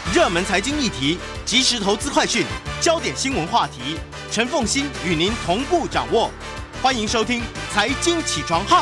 热门财经议题、即时投资快讯、焦点新闻话题，陈凤馨与您同步掌握。欢迎收听《财经起床号》。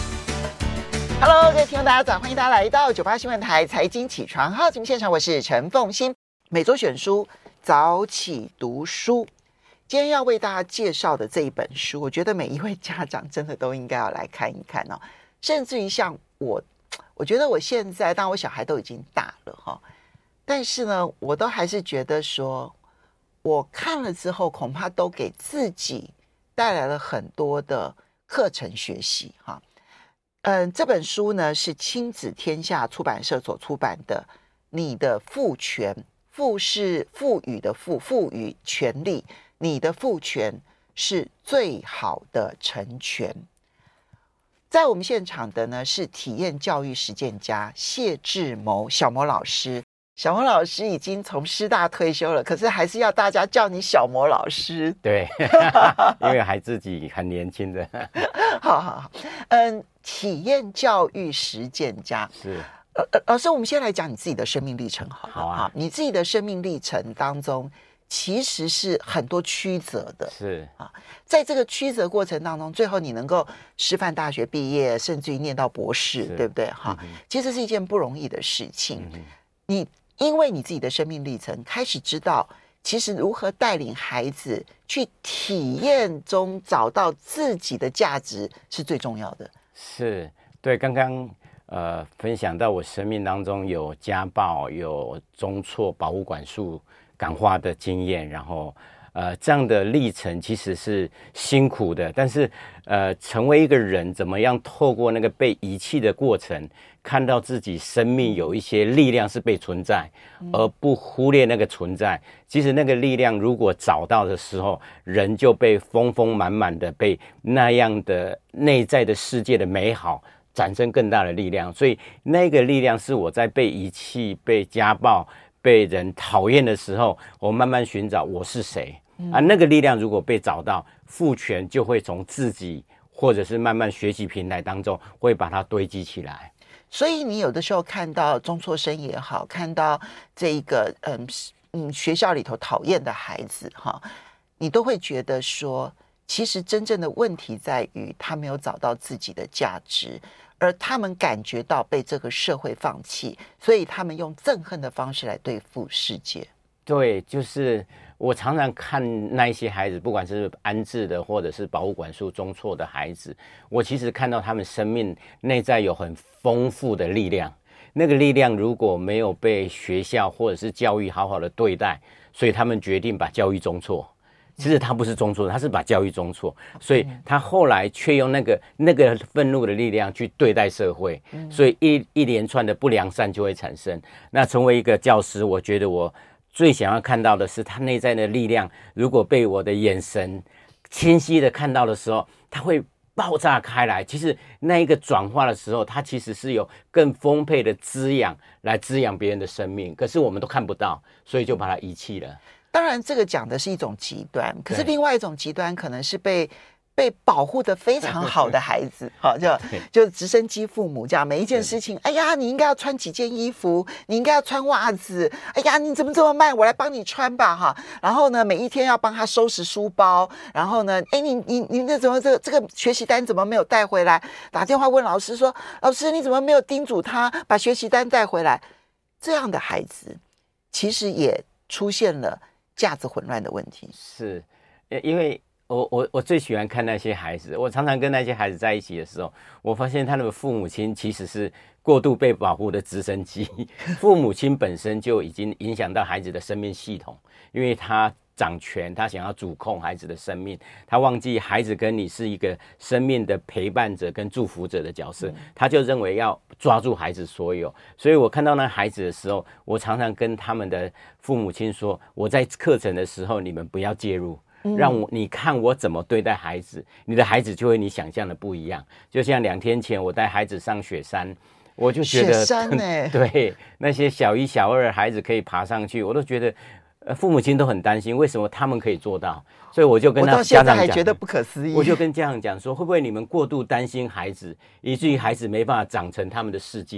Hello， 各位听众大家早，欢迎大家来到98新闻台财经起床号节目现场，我是陈凤馨。每周选书，早起读书。今天要为大家介绍的这一本书，我觉得每一位家长真的都应该要来看一看哦。甚至于像我觉得我现在，当然我小孩都已经大了哈，但是呢，我都还是觉得说，我看了之后，恐怕都给自己带来了很多的课程学习哈。这本书呢是亲子天下出版社所出版的《你的赋权》，赋是赋予的赋，赋予权利，你的赋权是最好的成全。在我们现场的呢是体验教育实践家谢志谋小谋老师。小谋老师已经从师大退休了，可是还是要大家叫你小谋老师。 对，因为还自己很年轻的。 好，体验教育实践家是。 老师，我们先来讲你自己的生命历程好了。 好啊。 你自己的生命历程当中，其实是很多曲折的。 是啊， 在这个曲折过程当中，最后你能够师范大学毕业，甚至于念到博士，对不对？哈，其实是一件不容易的事情。你因为你自己的生命历程，开始知道其实如何带领孩子去体验中找到自己的价值是最重要的。 是，对，刚刚分享到我生命当中有家暴、有中辍、保护管束、感化的经验，然后这样的历程其实是辛苦的，但是成为一个人，怎么样透过那个被遗弃的过程，看到自己生命有一些力量是被存在，而不忽略那个存在。其实那个力量如果找到的时候，人就被丰丰满满的被那样的内在的世界的美好产生更大的力量。所以那个力量是我在被遗弃、被家暴、被人讨厌的时候，我慢慢寻找我是谁。那个力量如果被找到，赋权就会从自己或者是慢慢学习平台当中会把它堆积起来。 所以你有的时候看到中辍生也好，看到这一个学校里头讨厌的孩子哈，你都会觉得说，其实真正的问题在于他没有找到自己的价值，而他们感觉到被这个社会放弃，所以他们用憎恨的方式来对付世界。 对，就是我常常看那一些孩子，不管是安置的或者是保护管束中辍的孩子，我其实看到他们生命内在有很丰富的力量。那个力量如果没有被学校或者是教育好好的对待，所以他们决定把教育中辍。其实他不是中辍，他是把教育中辍，所以他后来却用那个愤怒的力量去对待社会，所以一连串的不良善就会产生。那成为一个教师，我觉得我最想要看到的是他内在的力量，如果被我的眼神清晰的看到的时候，他会爆炸开来。其实那一个转化的时候，它其实是有更丰沛的滋养来滋养别人的生命，可是我们都看不到，所以就把它遗弃了。 当然这个讲的是一种极端，可是另外一种极端可能是被保护的非常好的孩子，就直升机父母这样，每一件事情，哎呀，你应该要穿几件衣服，你应该要穿袜子，哎呀，你怎么这么慢？我来帮你穿吧，哈。然后呢，每一天要帮他收拾书包，然后呢，哎，你那怎么这个学习单怎么没有带回来？打电话问老师说，老师你怎么没有叮嘱他把学习单带回来？这样的孩子其实也出现了价值混乱的问题。 是，因为我最喜欢看那些孩子，我常常跟那些孩子在一起的时候，我发现他的父母亲其实是过度被保护的直升机，父母亲本身就已经影响到孩子的生命系统，因为他掌权，他想要主控孩子的生命，他忘记孩子跟你是一个生命的陪伴者跟祝福者的角色，他就认为要抓住孩子所有。所以我看到那孩子的时候，我常常跟他们的父母亲说，我在课程的时候你们不要介入，让你看我怎么对待孩子，你的孩子就会你想象的不一样。就像2天前我带孩子上雪山，我就觉得雪山对，那些小1、小2的孩子可以爬上去，我都觉得父母亲都很担心，为什么他们可以做到？所以我就跟他家长讲， 我到现在还觉得不可思议。 我就跟家长讲说，会不会你们过度担心孩子，以至于孩子没办法长成他们的世界？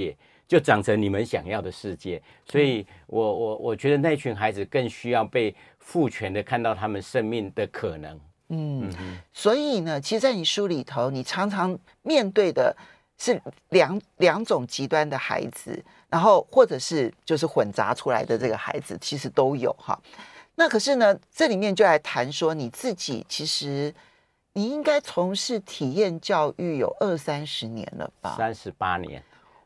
就长成你们想要的世界。所以我觉得那群孩子更需要被赋权的看到他们生命的可能。 所以呢，其实在你书里头，你常常面对的是两种极端的孩子，然后或者是就是混杂出来的这个孩子，其实都有哈。那可是呢，这里面就来谈说你自己，其实你应该从事体验教育有20-30年了吧 ？38年。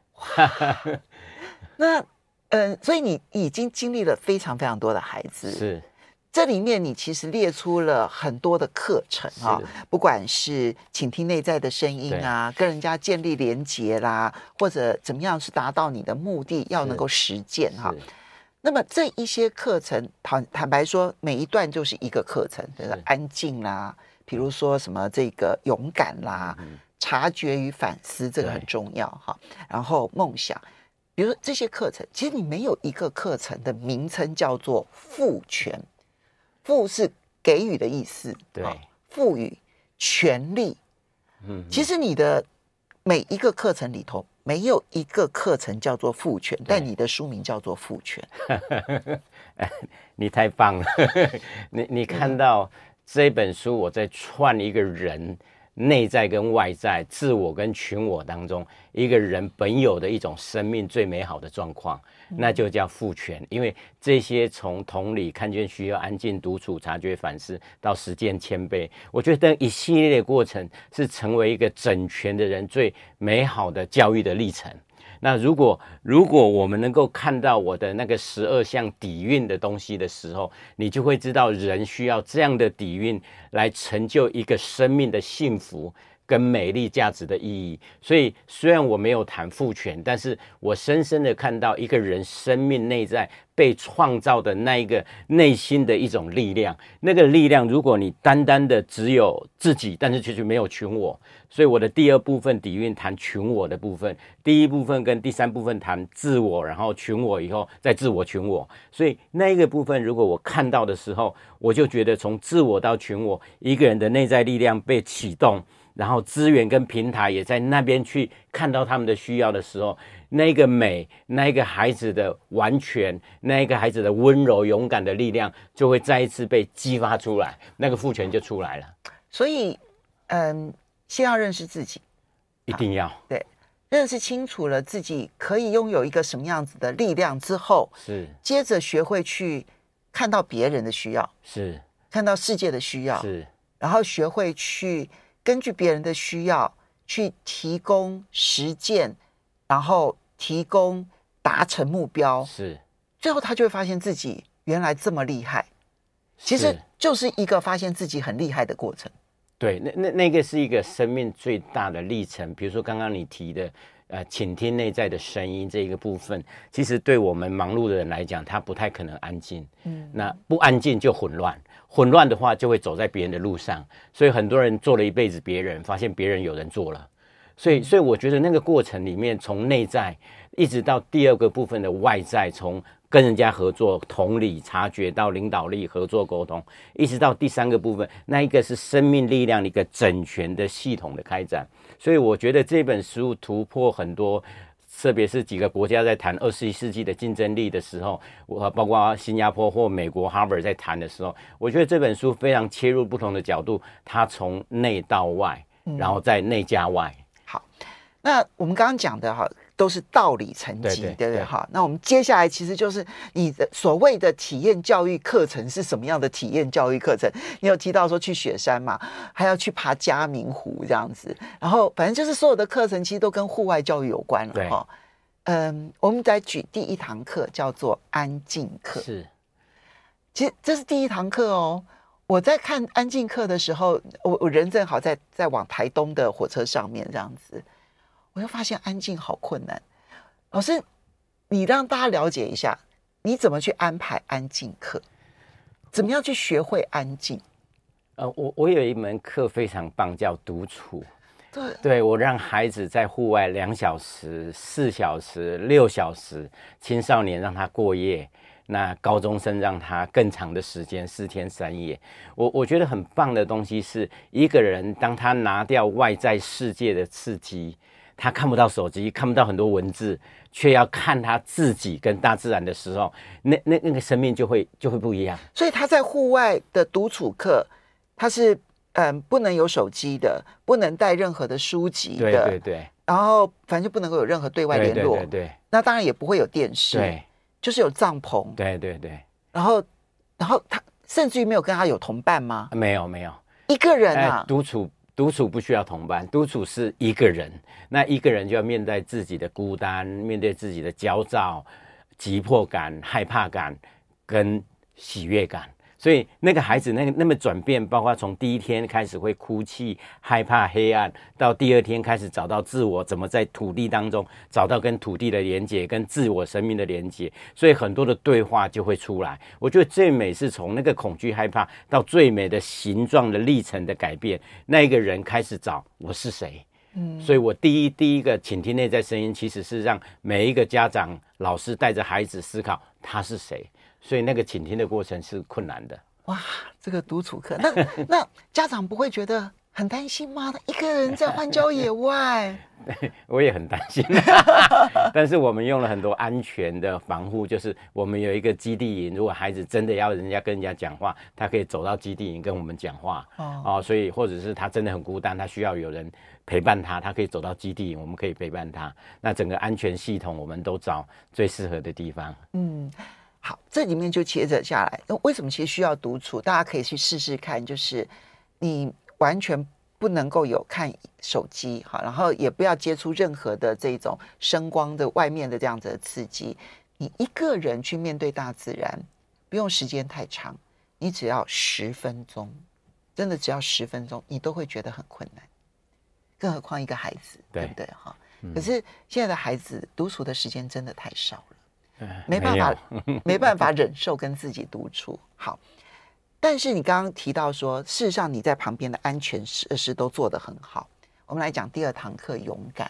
那所以你已经经历了非常非常多的孩子。 是。 这里面你其实列出了很多的课程啊，不管是倾听内在的声音啊，跟人家建立连结啦，或者怎么样是达到你的目的，要能够实践哈。那么这一些课程，坦白说，每一段就是一个课程，就是安静啦，比如说什么这个勇敢啦，察觉与反思，这个很重要哈。然后梦想，比如说这些课程，其实你没有一个课程的名称叫做赋权，赋是给予的意思， 对， 赋予权利。其实你的每一个课程里头，没有一个课程叫做赋权，但你的书名叫做赋权。 你太棒了。你看到这本书，我在串一个人内在跟外在、自我跟群我当中，一个人本有的一种生命最美好的状况，那就叫赋权。因为这些从同理、看见需要、安静独处、察觉反思到实践谦卑，我觉得一系列的过程是成为一个整全的人最美好的教育的历程。那如果我们能够看到我的那个12项底蕴的东西的时候，你就会知道人需要这样的底蕴来成就一个生命的幸福跟美丽价值的意义。所以虽然我没有谈赋权，但是我深深的看到一个人生命内在被创造的那一个内心的一种力量。那个力量，如果你单单的只有自己，但是其实没有群我，所以我的第二部分底蕴谈群我的部分，第一部分跟第三部分谈自我，然后群我以后再自我群我。所以那一个部分如果我看到的时候，我就觉得从自我到群我，一个人的内在力量被启动，然后资源跟平台也在那边去看到他们的需要的时候，那个美，那个孩子的完全，那个孩子的温柔勇敢的力量就会再一次被激发出来，那个赋权就出来了。 所以先要认识自己， 一定要对，认识清楚了自己可以拥有一个什么样子的力量之后， 是接着学会去看到别人的需要， 是看到世界的需要， 是， 然后学会去根据别人的需要去提供实践，然后提供达成目标， 是， 最后他就会发现自己原来这么厉害，其实就是一个发现自己很厉害的过程。 对，那个是一个生命最大的历程。比如说刚刚你提的倾听内在的声音这一个部分，其实对我们忙碌的人来讲，他不太可能安静。那不安静就混乱，混乱的话就会走在别人的路上，所以很多人做了一辈子别人，发现别人有人做了。所以我觉得那个过程里面，从内在一直到第二个部分的外在，从跟人家合作、同理、察觉到领导力、合作、沟通，一直到第三个部分，那一个是生命力量的一个整全的系统的开展。所以我觉得这本书突破很多，特别是几个国家在谈21世纪的竞争力的时候，包括新加坡或美国 Harvard 在谈的时候，我觉得这本书非常切入不同的角度，它从内到外，然后在内加外。 好，那我们刚刚讲的哈，都是道理层级，对不对？哈，那我们接下来其实就是你的所谓的体验教育课程是什么样的体验教育课程？你有提到说去雪山嘛，还要去爬嘉明湖这样子，然后反正就是所有的课程其实都跟户外教育有关了哈。我们再举第一堂课叫做安静课， 是， 其实这是第一堂课哦。我在看安静课的时候，我人正好在往台东的火车上面这样子，我就发现安静好困难。老师，你让大家了解一下，你怎么去安排安静课？怎么样去学会安静？ 我有一门课非常棒，叫独处。 对， 我让孩子在户外2小时、4小时、6小时，青少年让他过夜。那高中生让他更长的时间，4天3夜。我觉得很棒的东西是，一个人当他拿掉外在世界的刺激， 他看不到手机，看不到很多文字，却要看他自己跟大自然的时候，那个生命就会不一样。 所以他在户外的独处课，他是不能有手机的，不能带任何的书籍的， 对对对， 然后反正就不能够有任何对外联络， 对对对对， 那当然也不会有电视， 对， 就是有帐篷， 对对对， 然后他甚至于没有跟他有同伴吗？ 没有， 一个人啊， 独处不需要同伴，独处是一个人，那一个人就要面对自己的孤单，面对自己的焦躁、急迫感、害怕感跟喜悦感。所以那个孩子那么转变，包括从第一天开始会哭泣、害怕黑暗，到第二天开始找到自我，怎么在土地当中找到跟土地的连结，跟自我生命的连结，所以很多的对话就会出来。我觉得最美是从那个恐惧、害怕到最美的形状的历程的改变，那一个人开始找我是谁。所以我第一个倾听内在声音，其实是让每一个家长、老师带着孩子思考他是谁。所以那个倾听的过程是困难的。 哇，这个独处课，那家长不会觉得很担心吗？一个人在荒郊野外， 我也很担心，但是我们用了很多安全的防护，就是我们有一个基地营，如果孩子真的要人家跟人家讲话，他可以走到基地营跟我们讲话。所以或者是他真的很孤单，他需要有人陪伴他，他可以走到基地营，我们可以陪伴他。那整个安全系统，我们都找最适合的地方。 好，这里面就接着下来，为什么其实需要独处？大家可以去试试看，就是你完全不能够有看手机，好，然后也不要接触任何的这种声光的外面的这样子的刺激，你一个人去面对大自然，不用时间太长，你只要10分钟，真的只要10分钟，你都会觉得很困难，更何况一个孩子，对不对？哈，可是现在的孩子独处的时间真的太少了。没办法忍受跟自己独处。好，但是你刚刚提到说，事实上你在旁边的安全设施都做得很好。我们来讲第2堂课，勇敢。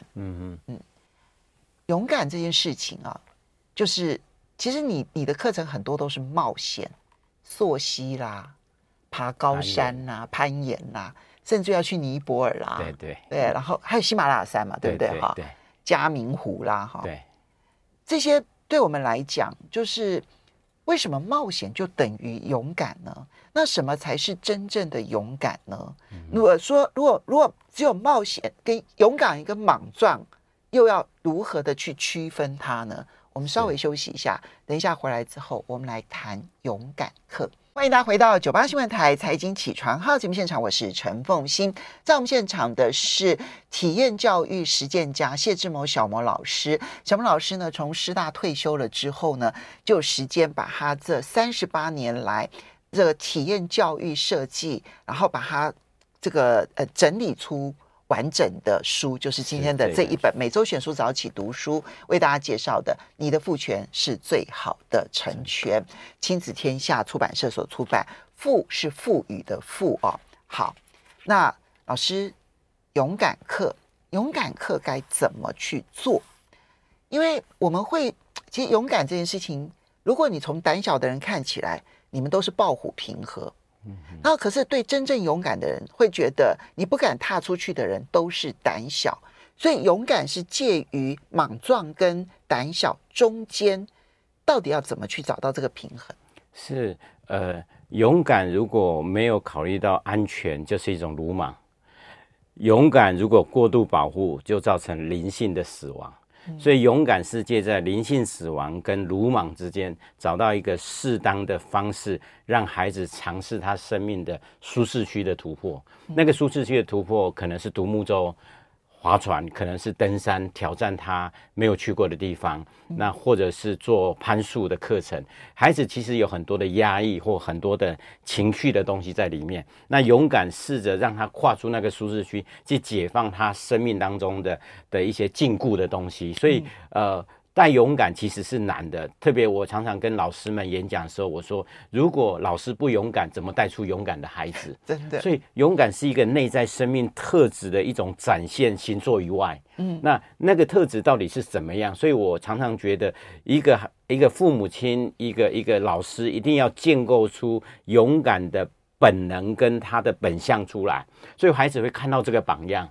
勇敢这件事情啊，就是其实你的课程很多都是冒险，溯溪啦，爬高山啦，攀岩啦，甚至要去尼泊尔啦，对，然后还有喜马拉雅山嘛，对不对？哈，嘉明湖啦，哈，对，这些。对我们来讲，就是为什么冒险就等于勇敢呢？那什么才是真正的勇敢呢？如果只有冒险跟勇敢跟莽撞，又要如何的去区分它呢？我们稍微休息一下，等一下回来之后，我们来谈勇敢课。欢迎大家回到98新闻台财经起床号节目现场，我是陈凤馨。在我们现场的是体验教育实践家谢志谋小谋老师。小谋老师呢，从师大退休了之后呢，就有时间把他这38年来这个体验教育设计，然后把它这个整理出完整的书，就是今天的这一本每周选书早起读书为大家介绍的《你的父权是最好的成全》，亲子天下出版社所出版，父是赋予的赋哦。好，那老师，勇敢课该怎么去做？因为我们会，其实勇敢这件事情，如果你从胆小的人看起来，你们都是抱虎平和。然后可是对真正勇敢的人会觉得你不敢踏出去的人都是胆小，所以勇敢是介于莽撞跟胆小中间，到底要怎么去找到这个平衡？ 是勇敢如果没有考虑到安全，就是一种鲁莽；勇敢如果过度保护，就造成灵性的死亡。所以勇敢是介在灵性死亡跟鲁莽之间找到一个适当的方式，让孩子尝试他生命的舒适区的突破。那个舒适区的突破可能是独木舟、划船，可能是登山挑战他没有去过的地方，那或者是做攀树的课程。孩子其实有很多的压抑或很多的情绪的东西在里面，那勇敢试着让他跨出那个舒适区，去解放他生命当中的一些禁锢的东西。所以带勇敢其实是难的，特别我常常跟老师们演讲的时候，我说如果老师不勇敢，怎么带出勇敢的孩子？ 真的， 所以勇敢是一个内在生命特质的一种展现，行作于外。那个特质到底是怎么样？所以我常常觉得一个父母亲，一个老师，一定要建构出勇敢的本能跟他的本相出来，所以孩子会看到这个榜样。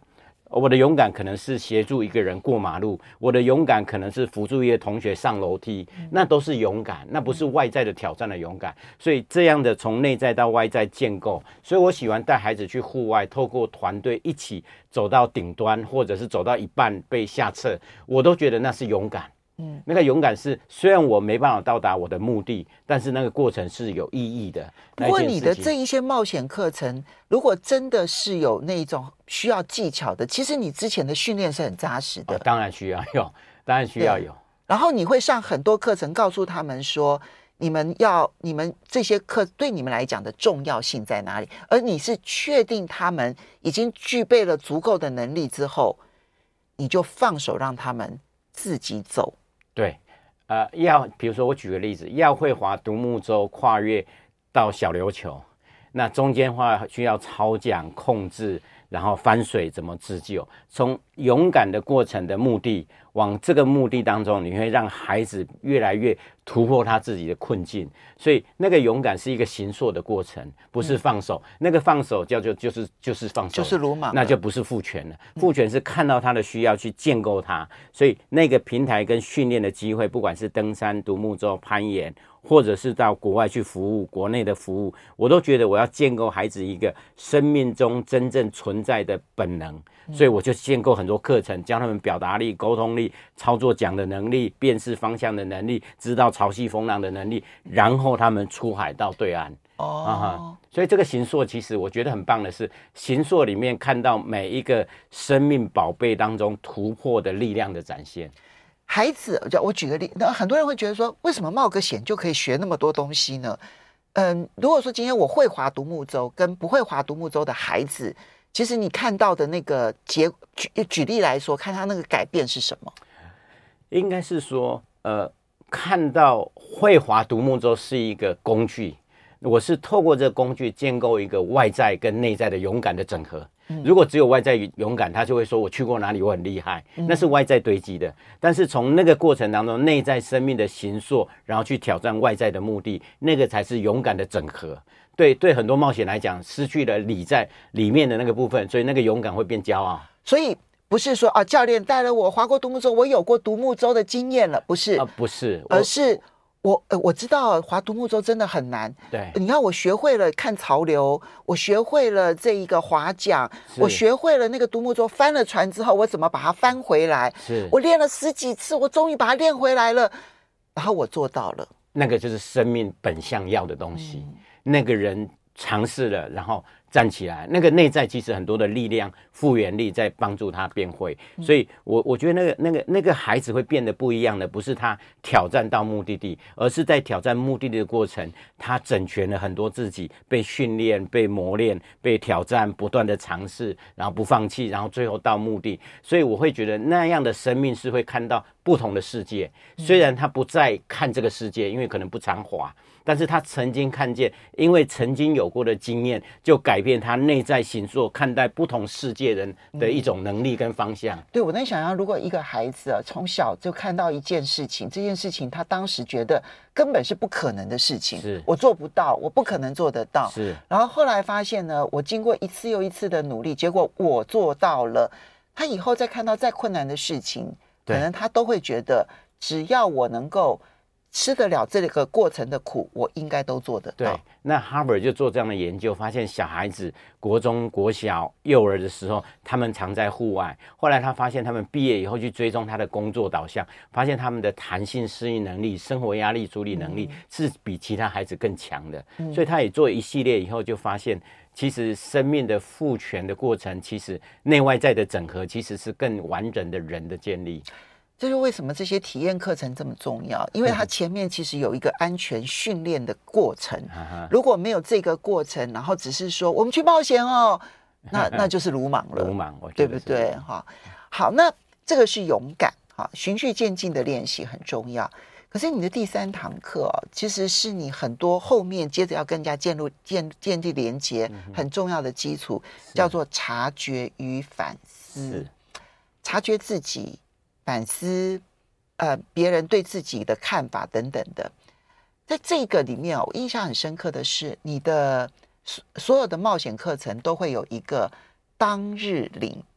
我的勇敢可能是协助一个人过马路，我的勇敢可能是辅助一个同学上楼梯，那都是勇敢，那不是外在的挑战的勇敢。所以这样的从内在到外在建构，所以我喜欢带孩子去户外，透过团队一起走到顶端，或者是走到一半被下撤，我都觉得那是勇敢。那个勇敢是，虽然我没办法到达我的目的，但是那个过程是有意义的。 不过你的这一些冒险课程，如果真的是有那种需要技巧的，其实你之前的训练是很扎实的。 当然需要有，当然需要有。 然后你会上很多课程，告诉他们说，你们这些课对你们来讲的重要性在哪里？而你是确定他们已经具备了足够的能力之后，你就放手让他们自己走。 对，比如说我举个例子，要会划独木舟跨越到小琉球，那中间话需要操桨控制，然后翻水怎么自救，从勇敢的过程的目的往这个目的当中，你会让孩子越来越突破他自己的困境。所以那个勇敢是一个形塑的过程，不是放手。那个放手就是放手， 就是鲁莽， 那就不是父权了。父权是看到他的需要去建构他，所以那个平台跟训练的机会，不管是登山、独木舟、攀岩，或者是到国外去服务、国内的服务，我都觉得我要建构孩子一个生命中真正存在的本能。所以我就建构很多课程，教他们表达力、沟通力、操作桨的能力、辨识方向的能力、知道潮汐风浪的能力，然后他们出海到对岸。所以这个形塑其实我觉得很棒的是，形塑里面看到每一个生命宝贝当中突破的力量的展现。 孩子，我举个例，很多人会觉得说，为什么冒个险就可以学那么多东西呢？如果说今天我会划独木舟跟不会划独木舟的孩子，其实你看到的那个举例来说，看他那个改变是什么？ 应该是说，看到会划独木舟是一个工具，我是透过这个工具建构一个外在跟内在的勇敢的整合。如果只有外在勇敢，他就会说我去过哪里，我很厉害，那是外在堆积的。但是从那个过程当中，内在生命的形塑，然后去挑战外在的目的，那个才是勇敢的整合。对很多冒险来讲，失去了理在里面的那个部分，所以那个勇敢会变骄傲。 所以不是说教练带了我划过独木舟，我有过独木舟的经验了，不是不是， 而是我知道划独木舟真的很难。 对， 你看我学会了看潮流，我学会了这一个划桨，我学会了那个独木舟翻了船之后，我怎么把它翻回来？我练了10几次，我终于把它练回来了，然后我做到了。那个就是生命本相要的东西。那个人尝试了，然后站起来，那个内在其实很多的力量、复原力在帮助他变会。所以我觉得那个孩子会变得不一样的，不是他挑战到目的地，而是在挑战目的地的过程，他整全了很多自己，被训练、被磨练、被挑战，不断的尝试，然后不放弃，然后最后到目的。所以我会觉得那样的生命是会看到不同的世界。虽然他不再看这个世界，因为可能不常滑，但是他曾经看见，因为曾经有过的经验，就改变他内在形塑看待不同世界人的一种能力跟方向。 对，我在想象，如果一个孩子从小就看到一件事情，这件事情他当时觉得根本是不可能的事情，我做不到，我不可能做得到，然后后来发现呢，我经过一次又一次的努力，结果我做到了，他以后再看到再困难的事情，可能他都会觉得，只要我能够吃得了这个过程的苦，我应该都做得到。 对，那 Harvard 就做这样的研究，发现小孩子国中、国小、幼儿的时候，他们常在户外。后来他发现，他们毕业以后去追踪他的工作导向，发现他们的弹性适应能力、生活压力处理能力是比其他孩子更强的。所以他也做一系列以后，就发现其实生命的赋权的过程，其实内外在的整合，其实是更完整的人的建立。 这是为什么这些体验课程这么重要，因为它前面其实有一个安全训练的过程。如果没有这个过程，然后只是说我们去冒险哦，那就是鲁莽了， 鲁莽， 对不对？好，那这个是勇敢，循序渐进的练习很重要。可是你的第3堂课其实是你很多后面接着要跟人家建立连结很重要的基础，叫做察觉与反思。察觉自己，反思别人对自己的看法等等的。在这个里面我印象很深刻的是，你的所有的冒险课程都会有一个当日领队。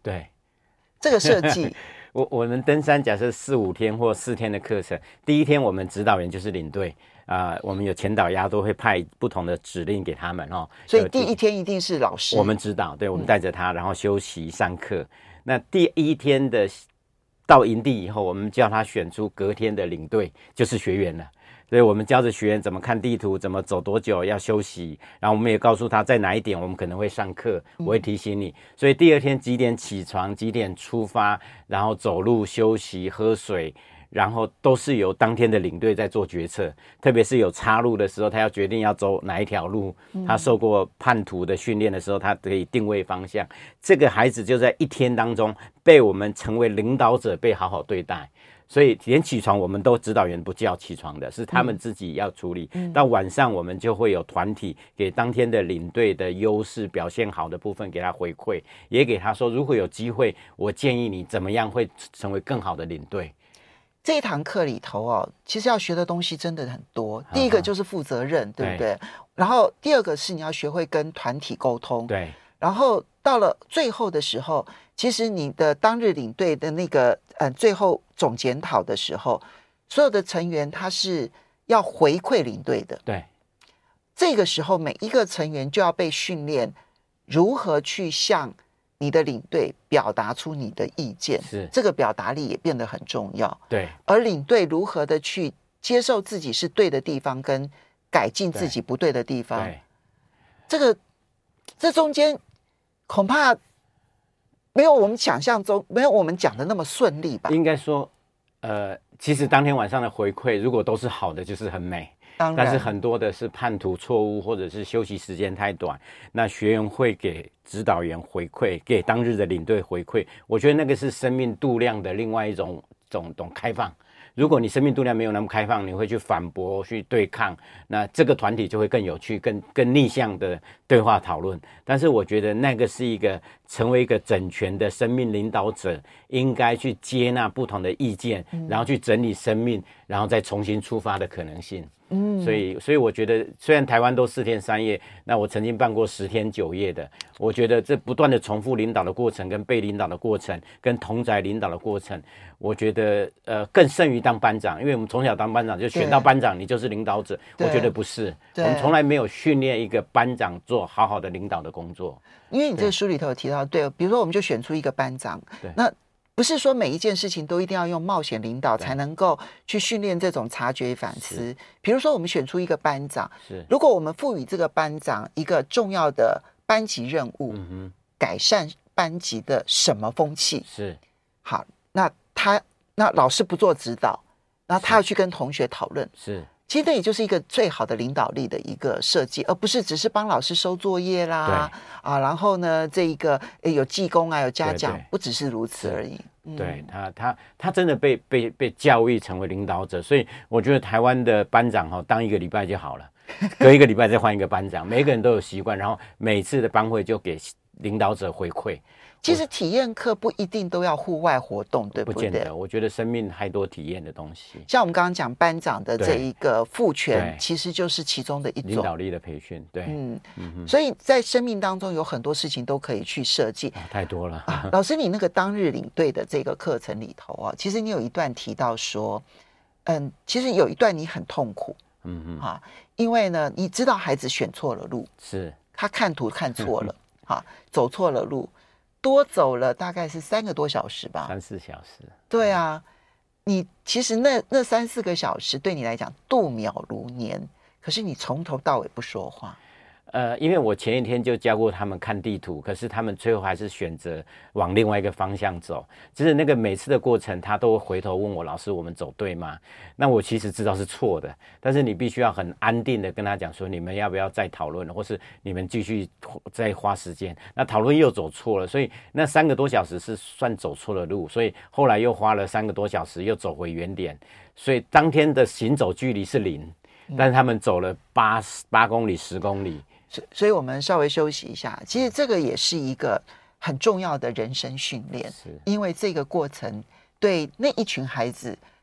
对， 这个设计。 我们登山假设4-5天或4天的课程，第一天我们指导员就是领队我们有前导鸭都会派不同的指令给他们所以第一天一定是老师， 我们指导，对，我们带着他，然后休息上课。那第一天的到营地以后，我们叫他选出隔天的领队，就是学员了。所以我们教着学员怎么看地图，怎么走多久要休息，然后我们也告诉他在哪一点我们可能会上课，我会提醒你。所以第二天几点起床，几点出发，然后走路、休息、喝水，然后都是由当天的领队在做决策。特别是有岔路的时候，他要决定要走哪一条路，他受过判图的训练的时候，他可以定位方向。这个孩子就在一天当中被我们成为领导者，被好好对待。所以连起床我们都指导员不叫起床的，是他们自己要处理。到晚上我们就会有团体给当天的领队的优势表现好的部分给他回馈，也给他说如果有机会，我建议你怎么样会成为更好的领队。 这一堂课里头其实要学的东西真的很多。第一个就是负责任，对不对？然后第二个是你要学会跟团体沟通， 对。 然后到了最后的时候，其实你的当日领队的那个最后总检讨的时候，所有的成员他是要回馈领队的。 对， 这个时候每一个成员就要被训练如何去向你的领队表达出你的意见， 是这个表达力也变得很重要。 对， 而领队如何的去接受自己是对的地方，跟改进自己不对的地方，这中间恐怕没有我们想象中，没有我们讲的那么顺利吧？ 应该说，其实当天晚上的回馈如果都是好的，就是很美。但是很多的是判图错误，或者是休息时间太短，那学员会给指导员回馈，给当日的领队回馈。我觉得那个是生命度量的另外一种开放。如果你生命度量没有那么开放，你会去反驳、去对抗，那这个团体就会更有趣、更逆向的对话讨论。但是我觉得那个是一个成为一个整全的生命领导者，应该去接纳不同的意见，然后去整理生命，然后再重新出发的可能性。所以我觉得，虽然台湾都4天3夜，那我曾经办过10天9夜的，我觉得这不断的重复领导的过程，跟被领导的过程，跟同侪领导的过程，我觉得更胜于当班长，因为我们从小当班长就选到班长，你就是领导者。我觉得不是，我们从来没有训练一个班长做好好的领导的工作。 因为你这个书里头有提到，对，比如说我们就选出一个班长，那不是说每一件事情都一定要用冒险领导才能够去训练这种察觉反思。比如说我们选出一个班长，如果我们赋予这个班长一个重要的班级任务，改善班级的什么风气， 是好，那老师不做指导，然后他要去跟同学讨论， 是。 其实这也就是一个最好的领导力的一个设计，而不是只是帮老师收作业啦，然后呢，这一个有记功啊，有嘉奖，不只是如此而已。 对，他真的被教育成为领导者，所以我觉得台湾的班长当1个礼拜就好了，隔1个礼拜再换一个班长，每一个人都有习惯，然后每次的班会就给领导者回馈。 其实体验课不一定都要户外活动，对不对？ 不见得，我觉得生命太多体验的东西。 像我们刚刚讲班长的这一个赋权，其实就是其中的一种领导力的培训。对， 所以在生命当中有很多事情都可以去设计。 太多了。 老师，你那个当日领队的这个课程里头其实你有一段提到说，其实有一段你很痛苦，因为呢，你知道孩子选错了路， 是他看图看错了，走错了路。多走了大概是3个多小时吧 ，3、4小时。 对啊，你其实那3、4个小时对你来讲度秒如年，可是你从头到尾不说话。 因为我前一天就教过他们看地图，可是他们最后还是选择往另外一个方向走。就是那个每次的过程，他都会回头问我：“老师，我们走对吗？”那我其实知道是错的，但是你必须要很安定的跟他讲说：“你们要不要再讨论，或是你们继续再花时间？”那讨论又走错了，所以那3个多小时是算走错了路，所以后来又花了3个多小时又走回原点，所以当天的行走距离是0，但是他们走了8公里、10公里。 所以我们稍微休息一下，其实这个也是一个很重要的人生训练，因为这个过程对那一群孩子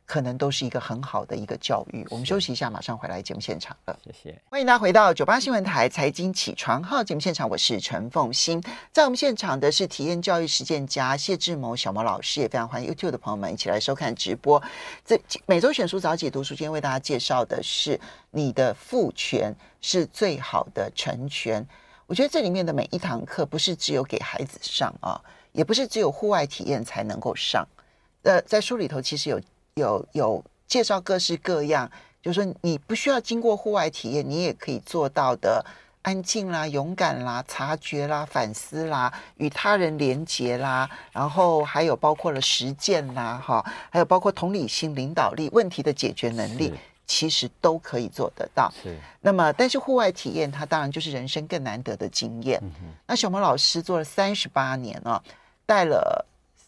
可能都是一个很好的一个教育。我们休息一下，马上回来节目现场了。 谢谢， 欢迎大家回到98新闻台财经起床号节目现场，我是陈凤馨。在我们现场的是体验教育实践家谢志谋小谋老师，也非常欢迎 YouTube 的朋友们一起来收看直播。这每周选书早起读书，今天为大家介绍的是你的父权是最好的成全。我觉得这里面的每一堂课不是只有给孩子上啊，也不是只有户外体验才能够上。在书里头其实有介绍各式各样，就是说你不需要经过户外体验，你也可以做到的安静啦、勇敢啦、察觉啦、反思啦、与他人连结啦，然后还有包括了实践啦，还有包括同理心、领导力、问题的解决能力，其实都可以做得到。 是。 那么但是户外体验它当然就是人生更难得的经验。那小萌老师做了38年啊，带了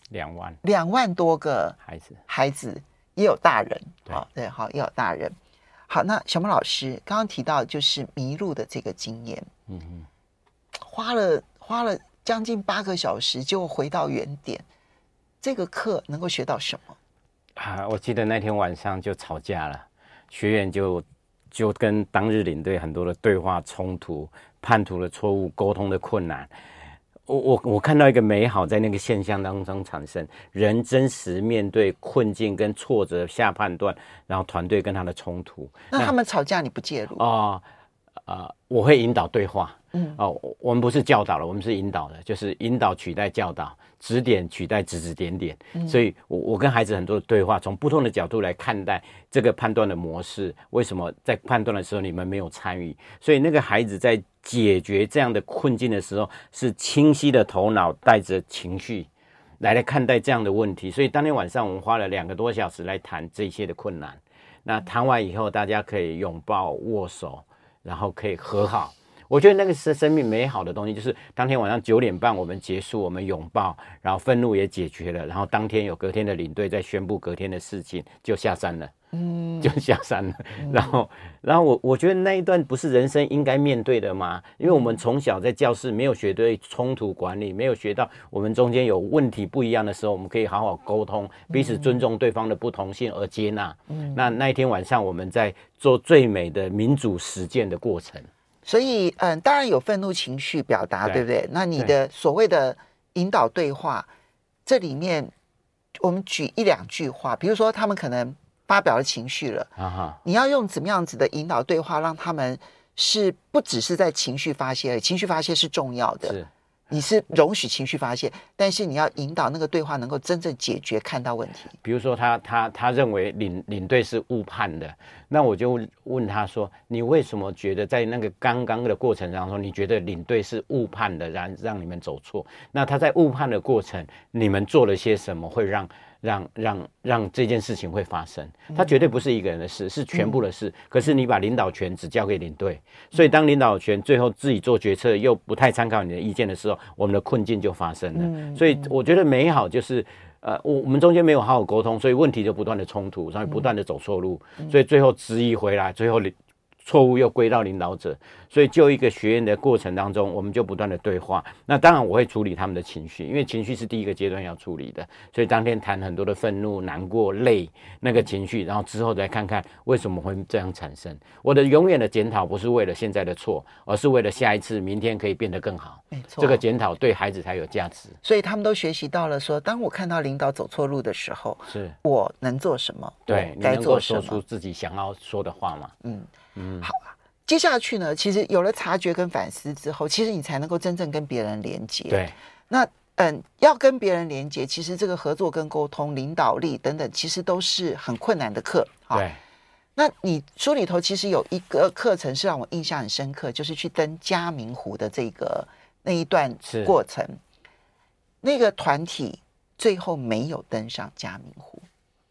2万多个孩子也有大人。对，好，也有大人。好，那小萌老师刚刚提到就是迷路的这个经验，花了将近8个小时就回到原点，这个课能够学到什么啊？我记得那天晚上就吵架了，学员就跟当日领队很多的对话冲突、叛徒的错误、沟通的困难。我看到一个美好在那个现象当中产生，人真实面对困境跟挫折下判断，然后团队跟他的冲突。 那他们吵架你不介入我会引导对话。我们不是教导了，我们是引导的，就是引导取代教导，指点取代指指点点。所以我跟孩子很多的对话，从不同的角度来看待这个判断的模式。为什么在判断的时候你们没有参与？所以那个孩子在解决这样的困境的时候，是清晰的头脑带着情绪来看待这样的问题。所以当天晚上我们花了2个多小时来谈这些的困难。那谈完以后，大家可以拥抱握手，然后可以和好。我觉得那个是生命美好的东西，就是当天晚上9点半我们结束，我们拥抱，然后愤怒也解决了，然后当天有隔天的领队在宣布隔天的事情，就下山了。就下山了。然后我觉得那一段不是人生应该面对的吗？因为我们从小在教室没有学对冲突管理，没有学到我们中间有问题不一样的时候，我们可以好好沟通，彼此尊重对方的不同性而接纳。那一天晚上我们在做最美的民主实践的过程。 所以当然有愤怒情绪表达， 对不对？那你的所谓的引导对话，这里面我们举1-2句话，比如说他们可能发表了情绪了，你要用怎么样子的引导对话，让他们是不只是在情绪发泄，情绪发泄是重要的，你是容许情绪发泄，但是你要引导那个对话能够真正解决，看到问题。 比如说他认为领队是误判的，那我就问他说，你为什么觉得在那个刚刚的过程当中，你觉得领队是误判的，让你们走错？那他在误判的过程，你们做了些什么会让这件事情会发生？它绝对不是一个人的事，是全部的事。可是你把领导权只交给领队，所以当领导权最后自己做决策又不太参考你的意见的时候，我们的困境就发生了。所以我觉得美好就是我们中间没有好好沟通，所以问题就不断的冲突，然后不断的走错路，所以最后质疑回来，最后错误又归到领导者。所以就一个学员的过程当中，我们就不断的对话。那当然我会处理他们的情绪，因为情绪是第一个阶段要处理的。所以当天谈很多的愤怒、难过、累那个情绪，然后之后再看看为什么会这样产生。我的永远的检讨不是为了现在的错，而是为了下一次明天可以变得更好。 没错， 这个检讨对孩子才有价值。 所以他们都学习到了说，当我看到领导走错路的时候， 是我能做什么？ 对，你能够说出自己想要说的话吗？ 好。接下去呢，其实有了察觉跟反思之后，其实你才能够真正跟别人连接。 对， 那要跟别人连接，其实这个合作跟沟通、领导力等等，其实都是很困难的课。 对， 那你书里头其实有一个课程是让我印象很深刻，就是去登嘉明湖的那一段过程，那个团体最后没有登上嘉明湖。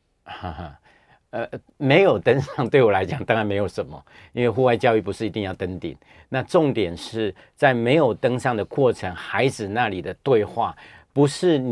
没有登上对我来讲当然没有什么，因为户外教育不是一定要登顶。那重点是在没有登上的过程，孩子那里的对话不是你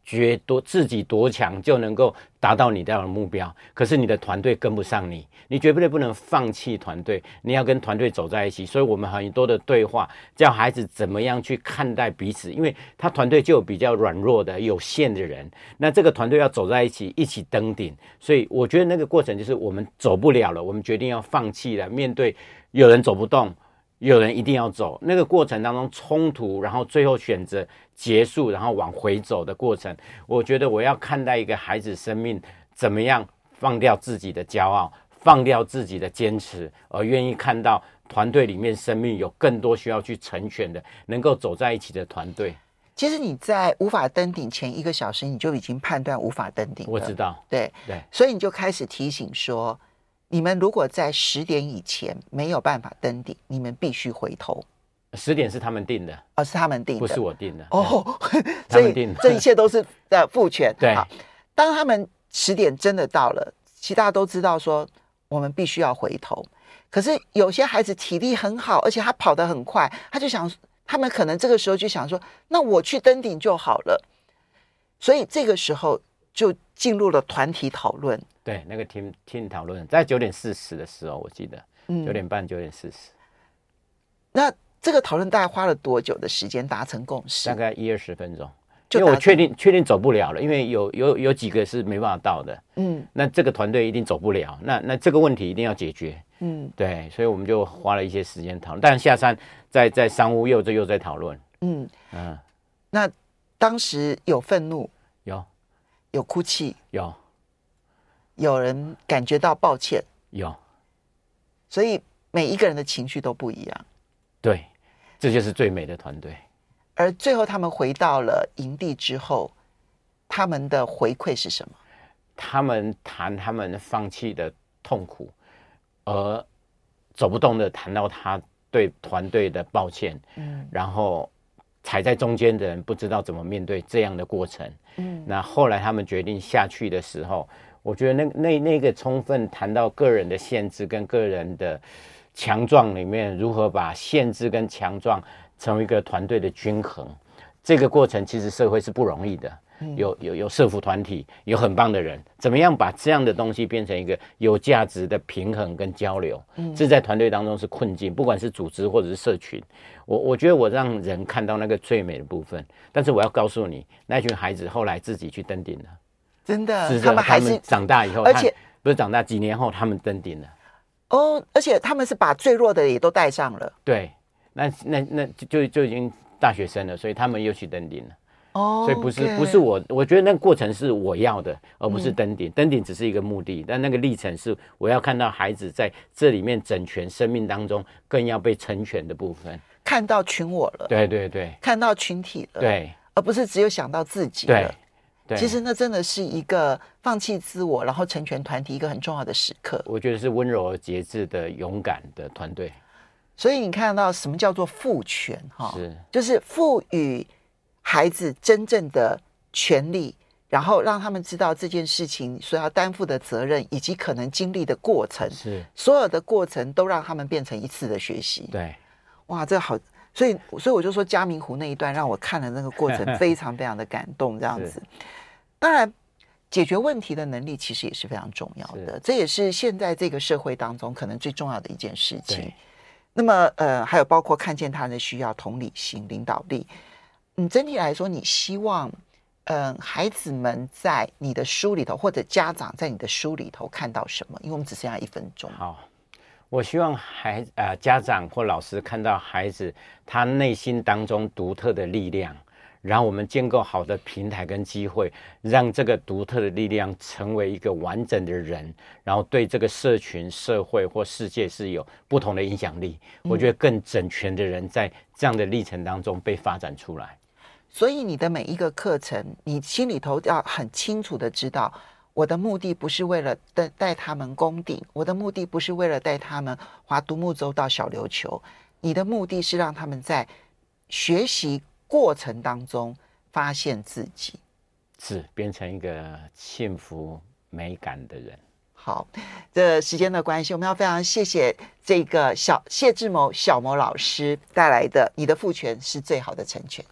自己多强就能够达到你的目标，可是你的团队跟不上你，你绝对不能放弃团队，你要跟团队走在一起。所以我们很多的对话，教孩子怎么样去看待彼此，因为他团队就有比较软弱的、有限的人，那这个团队要走在一起，一起登顶。所以我觉得那个过程就是我们走不了了，我们决定要放弃了，面对有人走不动。有人一定要走，那个过程当中冲突，然后最后选择结束，然后往回走的过程，我觉得我要看待一个孩子生命怎么样放掉自己的骄傲，放掉自己的坚持，而愿意看到团队里面生命有更多需要去成全的，能够走在一起的团队。 其实你在无法登顶前1个小时，你就已经判断无法登顶了。 我知道， 对，所以你就开始提醒说，你们如果在10点以前没有办法登顶，你们必须回头。 10点是他们定的， 是他们定的， 不是我定的。 所以这一切都是父权。 对， 好，当他们10点真的到了，其实大家都知道说，我们必须要回头。可是有些孩子体力很好，而且他跑得很快，他就想，他们可能这个时候就想说，那我去登顶就好了。所以这个时候就进入了团体讨论。 对，那个 team 讨论在9点40的时候，我记得9点半、9点40。 那这个讨论大概花了多久的时间达成共识？ 大概10-20分钟，因为我确定走不了了，因为有几个是没办法到的。那这个团队一定走不了，那这个问题一定要解决。对，所以我们就花了一些时间讨论。但下山在山屋又在讨论。 那当时有愤怒，有哭泣，有人感觉到抱歉，所以每一个人的情绪都不一样。 对，这就是最美的团队。 而最后他们回到了营地之后，他们的回馈是什么？ 他们谈他们放弃的痛苦，而走不动的谈到他对团队的抱歉，然后踩在中间的人不知道怎么面对这样的过程。那后来他们决定下去的时候，我觉得那个充分谈到个人的限制跟个人的强壮里面，如何把限制跟强壮成为一个团队的均衡。这个过程其实社会是不容易的，有社福团体，有很棒的人，怎么样把这样的东西变成一个有价值的平衡跟交流，这在团队当中是困境，不管是组织或者是社群。我觉得我让人看到那个最美的部分，但是我要告诉你，那群孩子后来自己去登顶了。 真的， 是他们还是长大以后， 而且不是长大几年后他们登顶了。 而且他们是把最弱的也都带上了。 对，那就已经大学生了，所以他们又去登顶了。所以不是我觉得那个过程是我要的，而不是登顶。登顶只是一个目的，但那个历程是我要看到孩子在这里面整全生命当中更要被成全的部分。 看到群我了， 对， 看到群体了， 对， 而不是只有想到自己了。 对， 其实那真的是一个放弃自我，然后成全团体一个很重要的时刻。 我觉得是温柔而节制的勇敢的团队。 所以你看到什么叫做赋权？ 是， 就是赋予孩子真正的权利，然后让他们知道这件事情所要担负的责任，以及可能经历的过程。 是， 所有的过程都让他们变成一次的学习。 对， 哇，这好。所以我就说嘉明湖那一段让我看了那个过程非常非常的感动，这样子。当然，解决问题的能力其实也是非常重要的，这也是现在这个社会当中可能最重要的一件事情。那么还有包括看见他人的需要、同理心、领导力。整体来说，你希望孩子们在你的书里头，或者家长在你的书里头看到什么？因为我们只剩下1分钟。 好。我希望家长或老师看到孩子他内心当中独特的力量，然后我们建构好的平台跟机会，让这个独特的力量成为一个完整的人，然后对这个社群、社会或世界是有不同的影响力。我觉得更整全的人在这样的历程当中被发展出来。 所以你的每一个课程，你心里头要很清楚的知道，我的目的不是为了带他们攻顶，我的目的不是为了带他们划独木舟到小琉球，你的目的是让他们在学习过程当中发现自己， 是变成一个幸福美感的人。 好，这时间的关系，我们要非常谢谢这个谢志谋小谋老师带来的《你的赋权是最好的成全》。